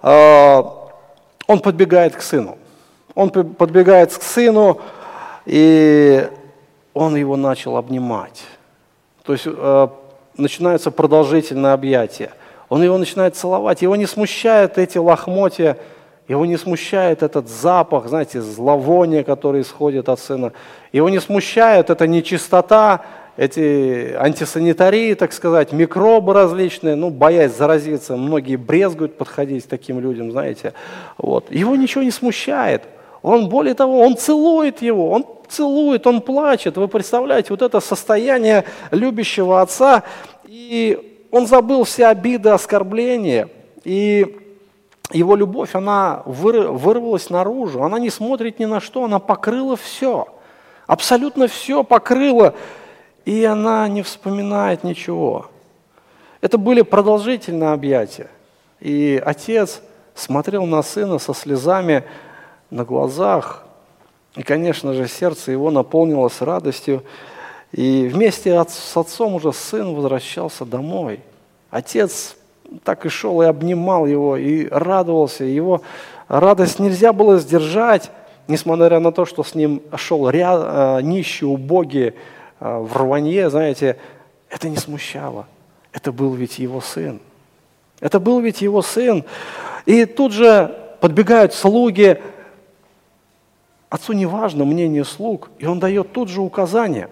он подбегает к сыну. Он подбегает к сыну, и он его начал обнимать. То есть начинается продолжительное объятие. Он его начинает целовать, его не смущают эти лохмотья, его не смущает этот запах, знаете, зловония, который исходит от сына. Его не смущает эта нечистота, эти антисанитарии, так сказать, микробы различные, боясь заразиться, многие брезгуют подходить к таким людям, знаете. Вот. Его ничего не смущает. Он, более того, он целует его, он плачет. Вы представляете, вот это состояние любящего отца, и он забыл все обиды, оскорбления, и его любовь, она вырвалась наружу, она не смотрит ни на что, она покрыла все, абсолютно все покрыла, и она не вспоминает ничего. Это были продолжительные объятия, и отец смотрел на сына со слезами на глазах, и, конечно же, сердце его наполнилось радостью. И вместе с отцом уже сын возвращался домой. Отец так и шел и обнимал его, и радовался. Его радость нельзя было сдержать, несмотря на то, что с ним шел нищий, убогий, в рванье, знаете, это не смущало. Это был ведь его сын. Это был ведь его сын. И тут же подбегают слуги. Отцу не важно мнение слуг, и он дает тут же указание.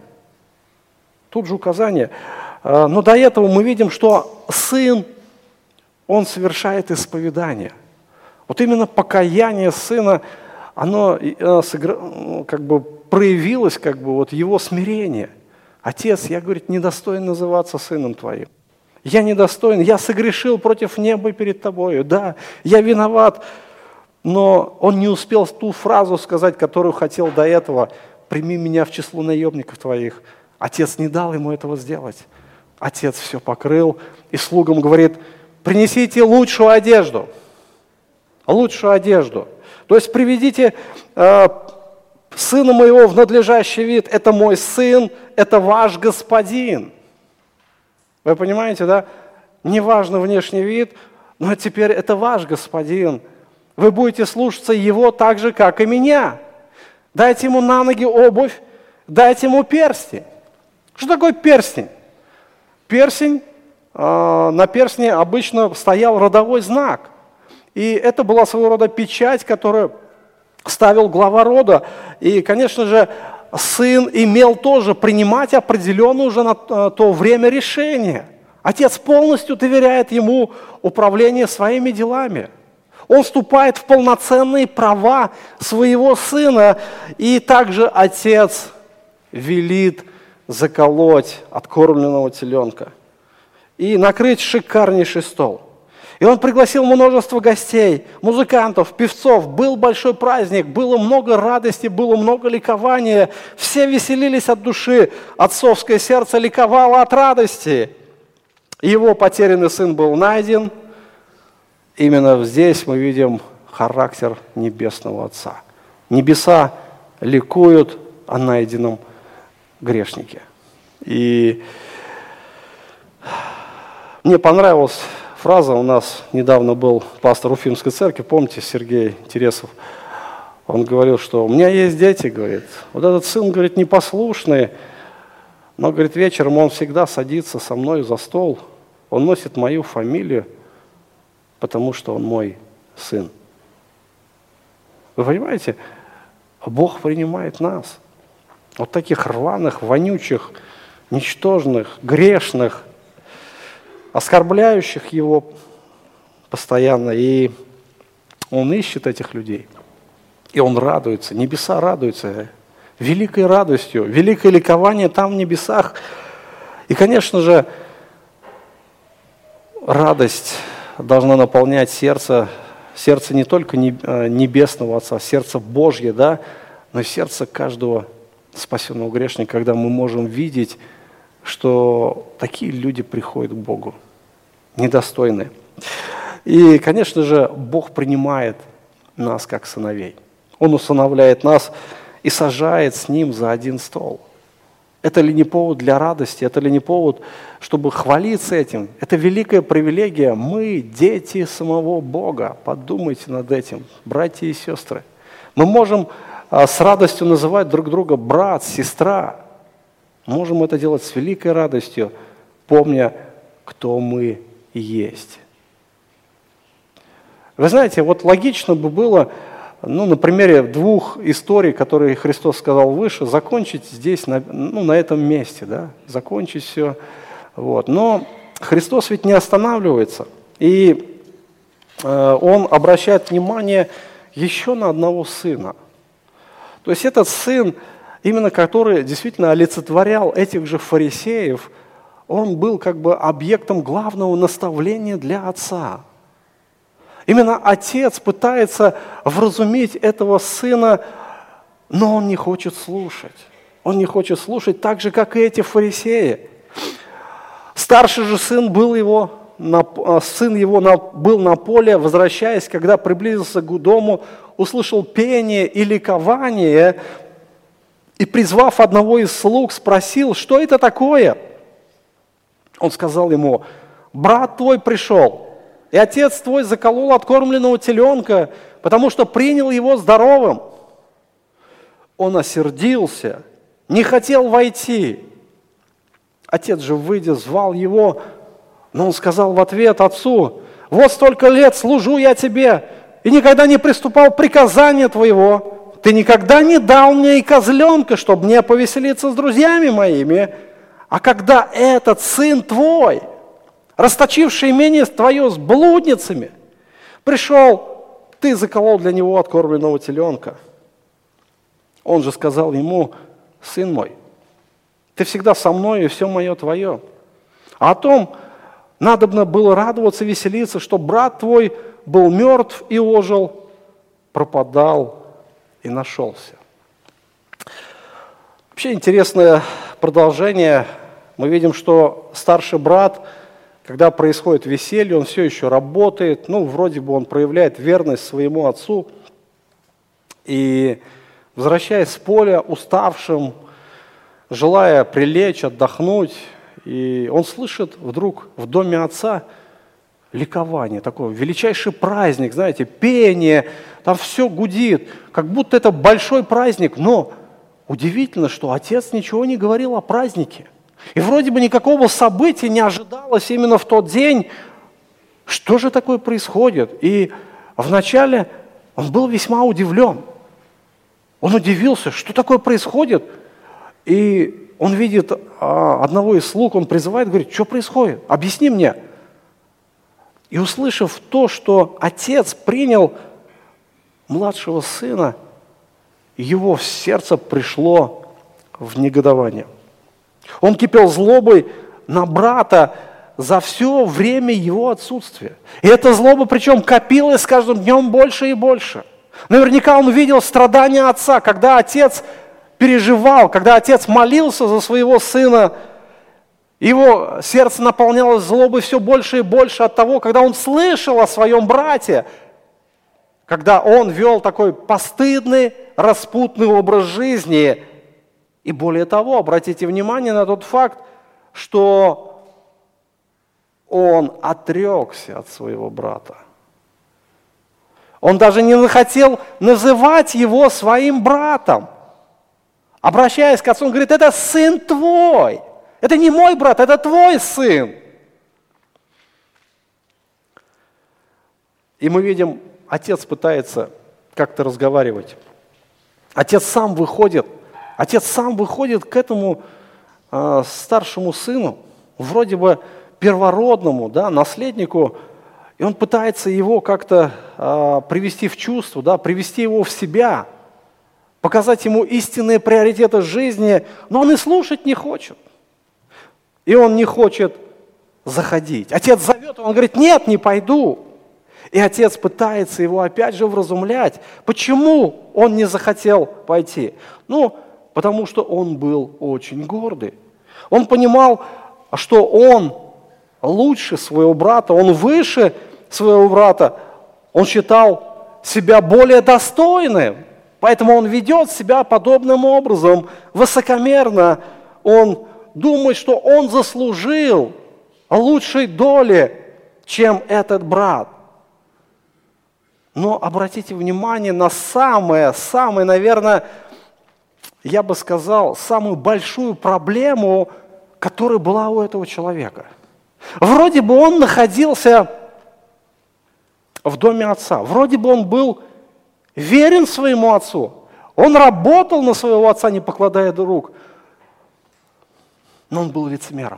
Но до этого мы видим, что сын, он совершает исповедание. Вот именно покаяние сына, оно проявилось, его смирение. Отец, я, говорит, недостоин называться сыном твоим. Я недостоин, я согрешил против неба перед тобою. Да, я виноват. Но он не успел ту фразу сказать, которую хотел до этого: «Прими меня в число наемников твоих». Отец не дал ему этого сделать. Отец все покрыл и слугам говорит: принесите лучшую одежду. Лучшую одежду. То есть приведите сына моего в надлежащий вид. Это мой сын, это ваш господин. Вы понимаете, да? Неважно внешний вид, но теперь это ваш господин. Вы будете слушаться его так же, как и меня. Дайте ему на ноги обувь, дайте ему перстень. Что такое перстень? Перстень, на перстне обычно стоял родовой знак. И это была своего рода печать, которую ставил глава рода. И, конечно же, сын имел тоже принимать определенное уже на то время решение. Отец полностью доверяет ему управление своими делами. Он вступает в полноценные права своего сына. И также отец велит заколоть откормленного теленка и накрыть шикарнейший стол. И он пригласил множество гостей, музыкантов, певцов. Был большой праздник, было много радости, было много ликования. Все веселились от души. Отцовское сердце ликовало от радости. Его потерянный сын был найден. Именно здесь мы видим характер Небесного Отца. Небеса ликуют о найденном грешнике. И мне понравилась фраза, у нас недавно был пастор Уфимской церкви, помните, Сергей Тересов, он говорил, что у меня есть дети, говорит, вот этот сын, говорит, непослушный, но, говорит, вечером он всегда садится со мной за стол, он носит мою фамилию, потому что он мой сын. Вы понимаете, Бог принимает нас, вот таких рваных, вонючих, ничтожных, грешных, оскорбляющих Его постоянно, и Он ищет этих людей, и Он радуется, небеса радуются, великой радостью, великое ликование там в небесах. И, конечно же, радость должна наполнять сердце не только Небесного Отца, сердце Божье, да, но и сердце каждого спасенного грешника, когда мы можем видеть, что такие люди приходят к Богу, недостойные. И, конечно же, Бог принимает нас как сыновей. Он усыновляет нас и сажает с Ним за один стол. Это ли не повод для радости? Это ли не повод, чтобы хвалиться этим? Это великая привилегия. Мы дети самого Бога. Подумайте над этим, братья и сестры. Мы можем с радостью называть друг друга брат, сестра. Можем это делать с великой радостью, помня, кто мы есть. Вы знаете, вот логично бы было, на примере двух историй, которые Христос сказал выше, закончить здесь, на этом месте, да, закончить все. Вот. Но Христос ведь не останавливается, и Он обращает внимание еще на одного сына. То есть этот сын, именно который действительно олицетворял этих же фарисеев, он был как бы объектом главного наставления для отца. Именно отец пытается вразумить этого сына, но он не хочет слушать. Он не хочет слушать так же, как и эти фарисеи. Старший же сын был на поле, возвращаясь, когда приблизился к дому, услышал пение и ликование, и, призвав одного из слуг, спросил, что это такое? Он сказал ему, брат твой пришел, и отец твой заколол откормленного теленка, потому что принял его здоровым. Он осердился, не хотел войти. Отец же, выйдя, звал его, но он сказал в ответ отцу, вот столько лет служу я тебе, и никогда не приступал к приказанию твоего. Ты никогда не дал мне и козленка, чтобы мне повеселиться с друзьями моими. А когда этот сын твой, расточивший имение твое с блудницами, пришел, ты заколол для него откормленного теленка. Он же сказал ему, сын мой, ты всегда со мной, и все мое твое. А о том надобно было радоваться, веселиться, что брат твой был мертв и ожил, пропадал и нашелся. Вообще интересное продолжение. Мы видим, что старший брат, когда происходит веселье, он все еще работает, вроде бы он проявляет верность своему отцу. И, возвращаясь с поля, уставшим, желая прилечь, отдохнуть, и он слышит вдруг в доме отца ликование, такой величайший праздник, знаете, пение, там все гудит, как будто это большой праздник, но удивительно, что отец ничего не говорил о празднике. И вроде бы никакого события не ожидалось именно в тот день. Что же такое происходит? И вначале он был весьма удивлен. Он удивился, что такое происходит. И он видит одного из слуг, он призывает, говорит, что происходит? Объясни мне. И услышав то, что отец принял младшего сына, его в сердце пришло в негодование. Он кипел злобой на брата за все время его отсутствия. И эта злоба, причем, копилась с каждым днем больше и больше. Наверняка он видел страдания отца, когда отец переживал, когда отец молился за своего сына. Его сердце наполнялось злобой все больше и больше от того, когда он слышал о своем брате, когда он вел такой постыдный, распутный образ жизни. И более того, обратите внимание на тот факт, что он отрекся от своего брата. Он даже не захотел называть его своим братом. Обращаясь к отцу, он говорит: это сын твой. Это не мой брат, это твой сын. И мы видим, отец пытается как-то разговаривать. Отец сам выходит к этому старшему сыну, вроде бы первородному, да, наследнику, и он пытается его как-то привести в чувство, да, привести его в себя, показать ему истинные приоритеты жизни, но он и слушать не хочет. И он не хочет заходить. Отец зовет, он говорит: нет, не пойду. И отец пытается его опять же вразумлять. Почему он не захотел пойти? Ну, потому что он был очень гордый. Он понимал, что он лучше своего брата, он выше своего брата. Он считал себя более достойным. Поэтому он ведет себя подобным образом, высокомерно. Он думает, что он заслужил лучшей доли, чем этот брат. Но обратите внимание на самое, наверное, я бы сказал, самую большую проблему, которая была у этого человека. Вроде бы он находился в доме отца, вроде бы он был верен своему отцу, он работал на своего отца, не покладая рук, но он был лицемером.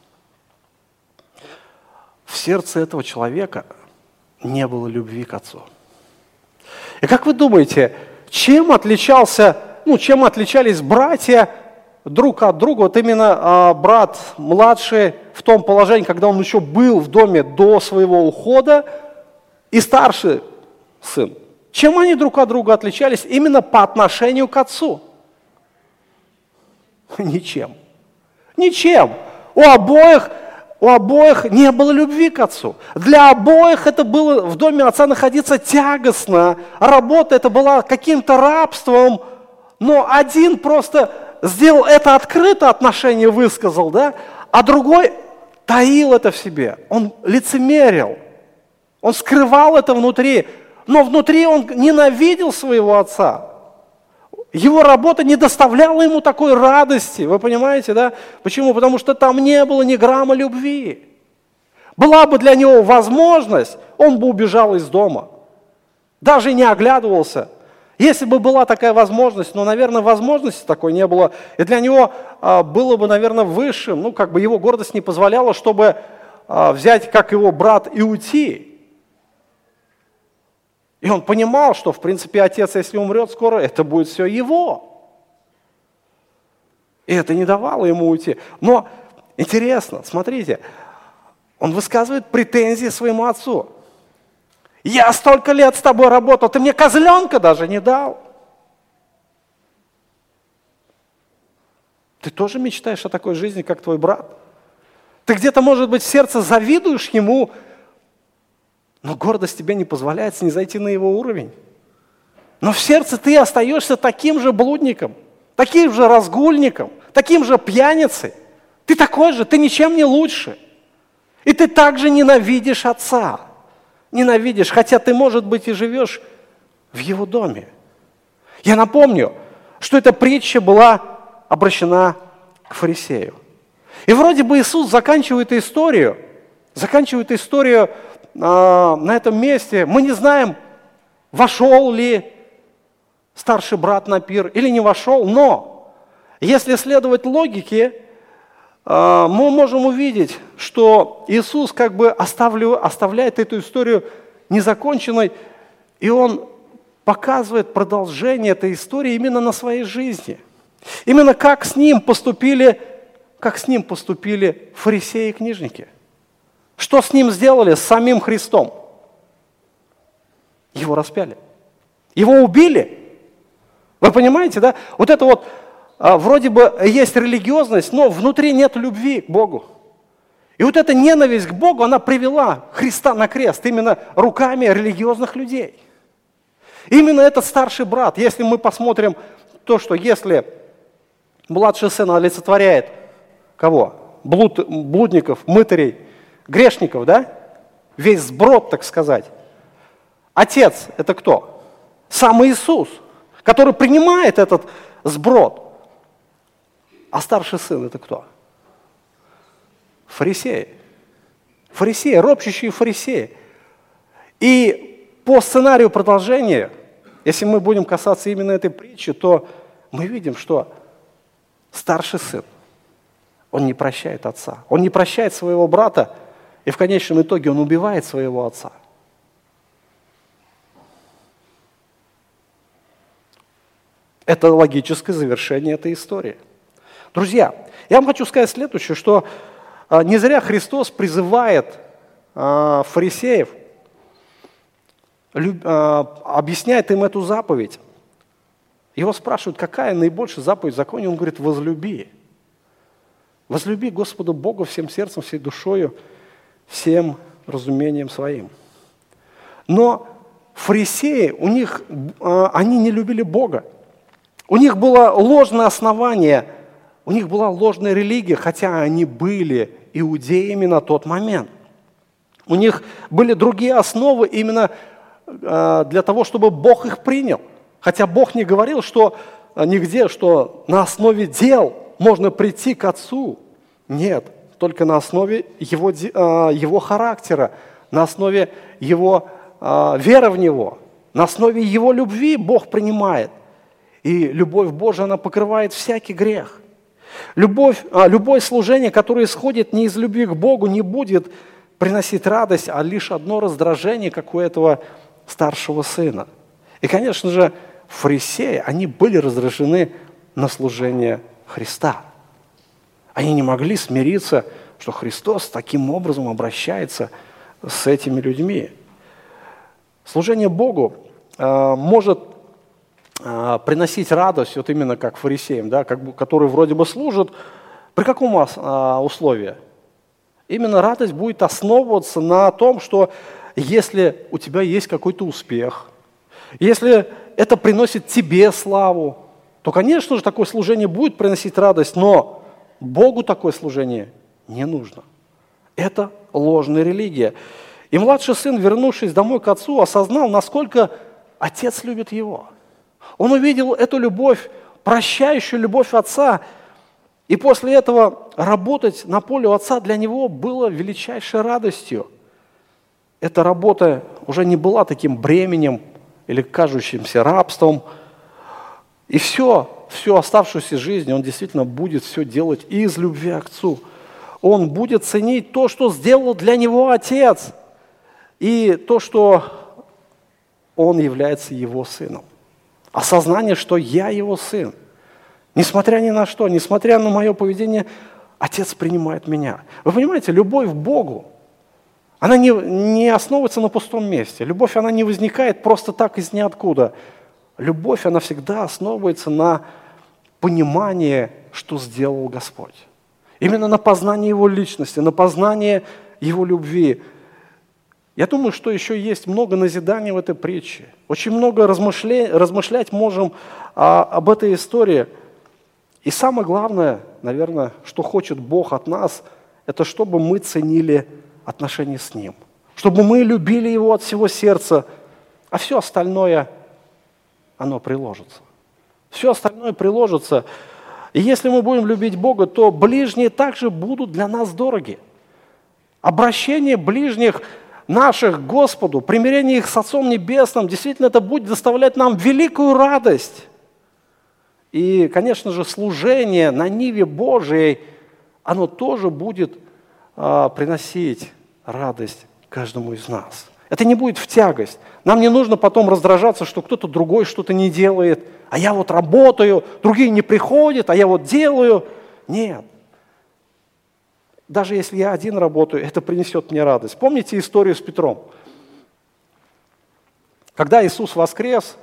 В сердце этого человека не было любви к отцу. И как вы думаете, чем отличались братья друг от друга? Вот именно брат младший в том положении, когда он еще был в доме до своего ухода, и старший сын. Чем они друг от друга отличались именно по отношению к отцу? Ничем. Ничем. У обоих не было любви к отцу. Для обоих это было в доме отца находиться тягостно. Работа это была каким-то рабством. Но один просто сделал это открыто, отношение высказал, да? А другой таил это в себе. Он лицемерил. Он скрывал это внутри. Но внутри он ненавидел своего отца. Его работа не доставляла ему такой радости, вы понимаете, да? Почему? Потому что там не было ни грамма любви. Была бы для него возможность, он бы убежал из дома. Даже не оглядывался. Если бы была такая возможность, но, наверное, возможности такой не было. И для него было бы, наверное, высшим, его гордость не позволяла, чтобы взять, как его брат, и уйти. И он понимал, что, в принципе, отец, если умрет скоро, это будет все его. И это не давало ему уйти. Но интересно, смотрите, он высказывает претензии своему отцу. Я столько лет с тобой работал, ты мне козленка даже не дал. Ты тоже мечтаешь о такой жизни, как твой брат? Ты где-то, может быть, в сердце завидуешь ему, но гордость тебе не позволяет снизойти на его уровень. Но в сердце ты остаешься таким же блудником, таким же разгульником, таким же пьяницей. Ты такой же, ты ничем не лучше. И ты также ненавидишь отца. Ненавидишь, хотя ты, может быть, и живешь в его доме. Я напомню, что эта притча была обращена к фарисею. И вроде бы Иисус заканчивает историю на этом месте. Мы не знаем, вошел ли старший брат на пир или не вошел, но если следовать логике, мы можем увидеть, что Иисус как бы оставляет эту историю незаконченной, и Он показывает продолжение этой истории именно на своей жизни. Именно как с Ним поступили фарисеи и книжники. Что с Ним сделали, с самим Христом? Его распяли. Его убили. Вы понимаете, да? Вот это вот вроде бы есть религиозность, но внутри нет любви к Богу. И вот эта ненависть к Богу, она привела Христа на крест именно руками религиозных людей. Именно этот старший брат, если мы посмотрим то, что если младший сын олицетворяет кого? Блудников, мытарей, грешников, да? Весь сброд, так сказать. Отец – это кто? Сам Иисус, который принимает этот сброд. А старший сын – это кто? Фарисеи. Фарисеи, ропщущие фарисеи. И по сценарию продолжения, если мы будем касаться именно этой притчи, то мы видим, что старший сын, он не прощает отца. Он не прощает своего брата, и в конечном итоге он убивает своего отца. Это логическое завершение этой истории. Друзья, я вам хочу сказать следующее, что не зря Христос призывает фарисеев, объясняет им эту заповедь. Его спрашивают, какая наибольшая заповедь в законе? Он говорит, возлюби. Возлюби Господа Бога всем сердцем, всей душою, всем разумением своим. Но фарисеи, они не любили Бога. У них было ложное основание, у них была ложная религия, хотя они были иудеями на тот момент. У них были другие основы именно для того, чтобы Бог их принял. Хотя Бог не говорил, что нигде, что на основе дел можно прийти к Отцу. Нет, только на основе Его характера, на основе Его веры в Него, на основе Его любви Бог принимает. И любовь Божия, она покрывает всякий грех. Любое служение, которое исходит не из любви к Богу, не будет приносить радость, а лишь одно раздражение, как у этого старшего сына. И, конечно же, фарисеи, они были раздражены на служение Христа. Они не могли смириться, что Христос таким образом обращается с этими людьми. Служение Богу может приносить радость, вот именно как фарисеям, да, которые вроде бы служат, при каком условии? Именно радость будет основываться на том, что если у тебя есть какой-то успех, если это приносит тебе славу, то, конечно же, такое служение будет приносить радость, но Богу такое служение не нужно. Это ложная религия. И младший сын, вернувшись домой к отцу, осознал, насколько отец любит его. Он увидел эту любовь, прощающую любовь отца, и после этого работать на поле у отца для него было величайшей радостью. Эта работа уже не была таким бременем или кажущимся рабством. И всю оставшуюся жизнь он действительно будет все делать из любви к отцу. Он будет ценить то, что сделал для него отец, и то, что он является его сыном. Осознание, что я его сын. Несмотря ни на что, несмотря на мое поведение, отец принимает меня. Вы понимаете, любовь к Богу, она не основывается на пустом месте. Любовь, она не возникает просто так из ниоткуда. Любовь, она всегда основывается на понимании, что сделал Господь. Именно на познании Его личности, на познании Его любви. Я думаю, что еще есть много назиданий в этой притче. Очень много размышлять можем об этой истории. И самое главное, наверное, что хочет Бог от нас, это чтобы мы ценили отношения с Ним. Чтобы мы любили Его от всего сердца, а все остальное, оно приложится. Все остальное приложится. И если мы будем любить Бога, то ближние также будут для нас дороги. Обращение ближних наших к Господу, примирение их с Отцом Небесным, действительно это будет доставлять нам великую радость. И, конечно же, служение на ниве Божией, оно тоже будет приносить радость каждому из нас. Это не будет в тягость. Нам не нужно потом раздражаться, что кто-то другой что-то не делает, а я вот работаю, другие не приходят, а я вот делаю. Нет. Даже если я один работаю, это принесет мне радость. Помните историю с Петром? Когда Иисус воскрес,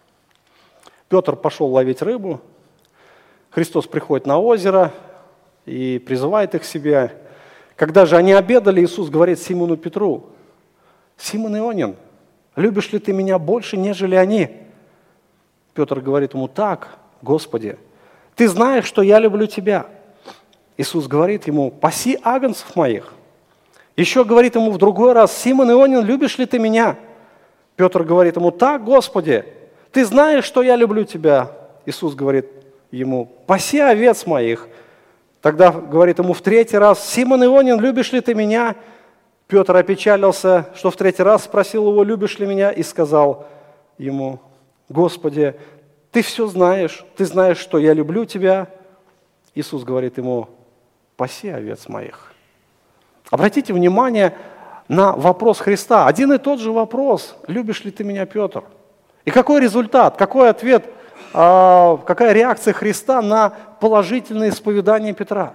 Петр пошел ловить рыбу, Христос приходит на озеро и призывает их к себе. Когда же они обедали, Иисус говорит Симону Петру: «Симон Ионин, любишь ли ты меня больше, нежели они?» Петр говорит ему: «Так, Господи, ты знаешь, что я люблю тебя». Иисус говорит ему: «Паси агнцев моих». Еще говорит ему в другой раз: «Симон Ионин, любишь ли ты меня?» Петр говорит ему: «Так, Господи, ты знаешь, что я люблю тебя». Иисус говорит ему: «Паси овец моих». Тогда говорит ему в третий раз: «Симон Ионин, любишь ли ты меня?» Петр опечалился, что в третий раз спросил его: «Любишь ли меня?» И сказал ему: «Господи, ты все знаешь, ты знаешь, что я люблю тебя». Иисус говорит ему: «Паси овец моих». Обратите внимание на вопрос Христа. Один и тот же вопрос: «Любишь ли ты меня, Петр?» И какой результат, какой ответ, какая реакция Христа на положительное исповедание Петра?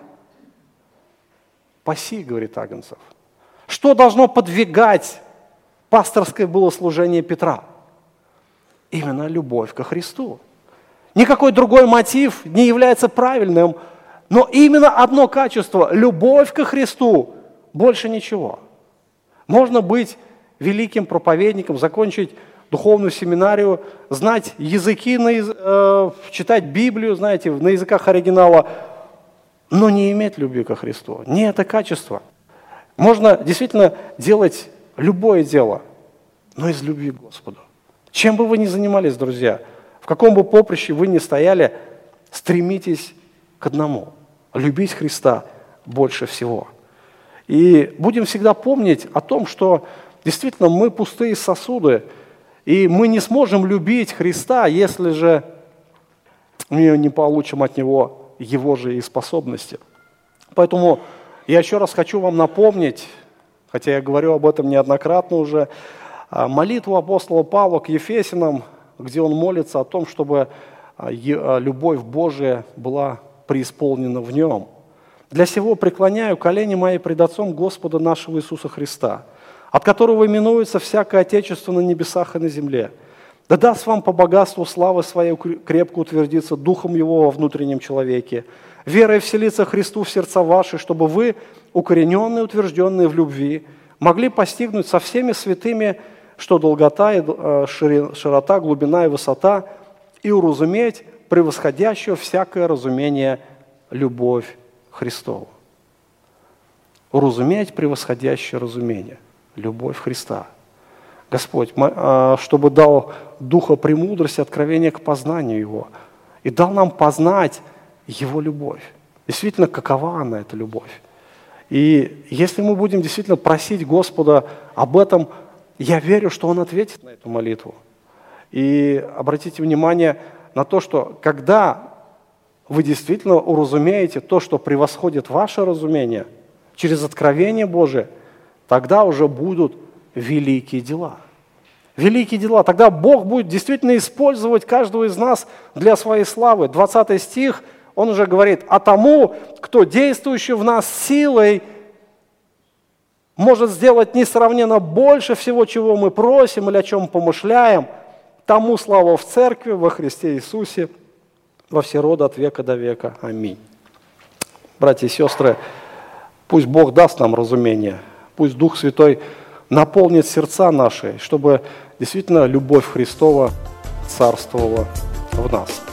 «Паси», говорит, агнцев. Что должно подвигать пасторское было служение Петра? Именно любовь ко Христу. Никакой другой мотив не является правильным, но именно одно качество – любовь ко Христу, больше ничего. Можно быть великим проповедником, закончить духовную семинарию, знать языки, читать Библию, знаете, на языках оригинала, но не иметь любви ко Христу. Не это качество. Можно действительно делать любое дело, но из любви к Господу. Чем бы вы ни занимались, друзья, в каком бы поприще вы ни стояли, стремитесь к одному – любить Христа больше всего. И будем всегда помнить о том, что действительно мы пустые сосуды, и мы не сможем любить Христа, если же мы не получим от Него Его же и способности. Поэтому я еще раз хочу вам напомнить, хотя я говорю об этом неоднократно уже, молитву апостола Павла к Ефесянам, где он молится о том, чтобы любовь Божия была преисполнена в нем. «Для сего преклоняю колени мои пред Отцом Господа нашего Иисуса Христа, от которого именуется всякое Отечество на небесах и на земле. Да даст вам по богатству славы своей крепко утвердиться Духом Его во внутреннем человеке, верой вселиться Христу в сердца ваши, чтобы вы, укорененные, утвержденные в любви, могли постигнуть со всеми святыми, что долгота и широта, глубина и высота, и уразуметь превосходящую всякое разумение любовь Христову». Уразуметь превосходящее разумение любовь Христа. Господь, чтобы дал духа премудрости, откровения к познанию Его, и дал нам познать Его любовь. Действительно, какова она, эта любовь? И если мы будем действительно просить Господа об этом, я верю, что Он ответит на эту молитву. И обратите внимание на то, что когда вы действительно уразумеете то, что превосходит ваше разумение, через откровение Божие, тогда уже будут великие дела. Великие дела. Тогда Бог будет действительно использовать каждого из нас для своей славы. 20 стих, он уже говорит: «А тому, кто действующий в нас силой, может сделать несравненно больше всего, чего мы просим или о чем помышляем, тому слава в Церкви, во Христе Иисусе, во все роды от века до века. Аминь». Братья и сестры, пусть Бог даст нам разумение, пусть Дух Святой наполнит сердца наши, чтобы действительно любовь Христова царствовала в нас.